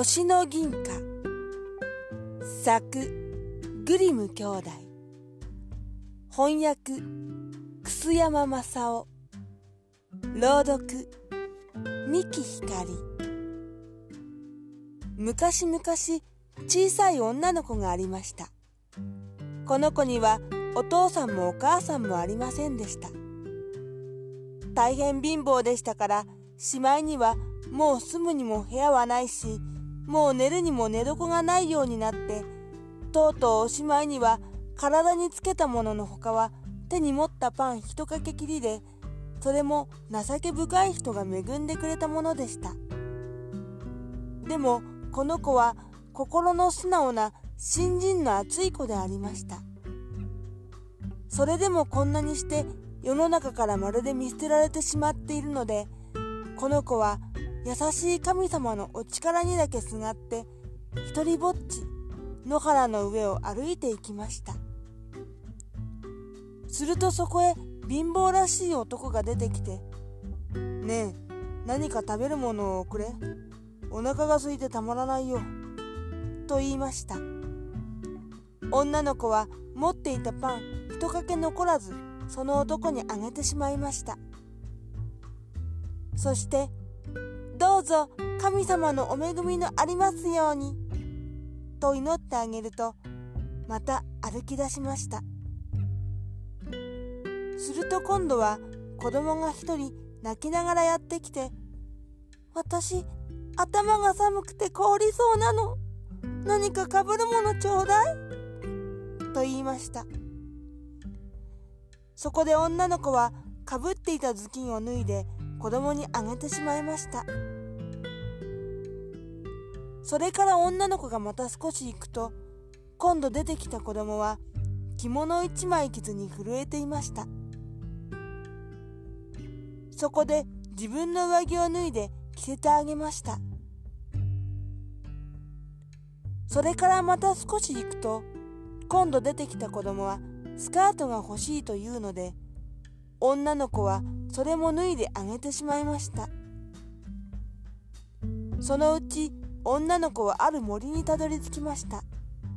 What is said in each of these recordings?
星の銀貨。作グリム兄弟。翻訳楠山正夫。朗読三木ひかり。昔々小さい女の子がありました。この子にはお父さんもお母さんもありませんでした。大変貧乏でしたから、しまいにはもう住むにも部屋はないし、もう寝るにも寝床がないようになって、とうとうおしまいには体につけたもののほかは手に持ったパン一かけきりで、それも情け深い人が恵んでくれたものでした。でもこの子は心の素直な信心の熱い子でありました。それでもこんなにして世の中からまるで見捨てられてしまっているので、この子は優しい神様のお力にだけすがって一人ぼっち野原の上を歩いていきました。するとそこへ貧乏らしい男が出てきて、ねえ、何か食べるものをくれ。お腹が空いてたまらないよ。と言いました。女の子は持っていたパン一かけ残らず、その男にあげてしまいました。そして、どうぞ神様のお恵みのありますように、と祈ってあげると、また歩き出しました。すると今度は子供が一人泣きながらやってきて、私、頭が寒くて凍りそうなの。何かかぶるものちょうだい。と言いました。そこで女の子はかぶっていた頭巾を脱いで子供にあげてしまいました。それから女の子がまた少し行くと、今度出てきた子供は着物一枚着ずに震えていました。そこで自分の上着を脱いで着せてあげました。それからまた少し行くと、今度出てきた子供はスカートが欲しいというので、女の子はそれも脱いであげてしまいました。そのうち女の子はある森にたどり着きました。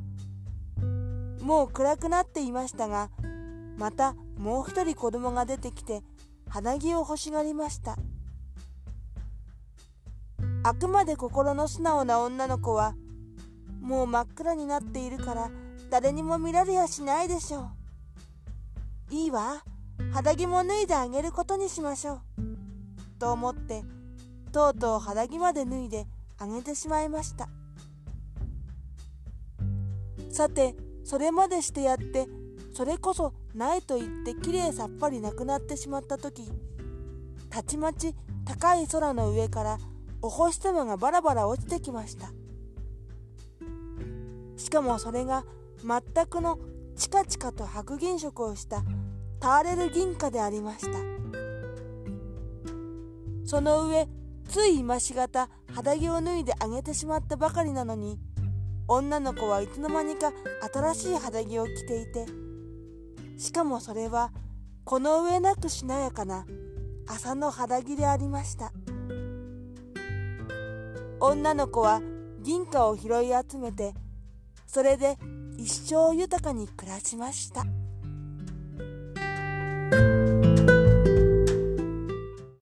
もう暗くなっていましたが、またもう一人子供が出てきて肌着を欲しがりました。あくまで心の素直な女の子は、もう真っ暗になっているから誰にも見られやしないでしょう。いいわ、肌着も脱いであげることにしましょう。と思って、とうとう肌着まで脱いであげてしまいました。さて、それまでしてやって、それこそないと言ってきれいさっぱりなくなってしまったとき、たちまち高い空の上からお星様がバラバラ落ちてきました。しかもそれが全くのチカチカと白銀色をしたターレル銀貨でありました。その上、つい今しがた肌着を脱いであげてしまったばかりなのに、女の子はいつの間にか新しい肌着を着ていて、しかもそれはこの上なくしなやかな麻の肌着でありました。女の子は銀貨を拾い集めて、それで一生豊かに暮らしました。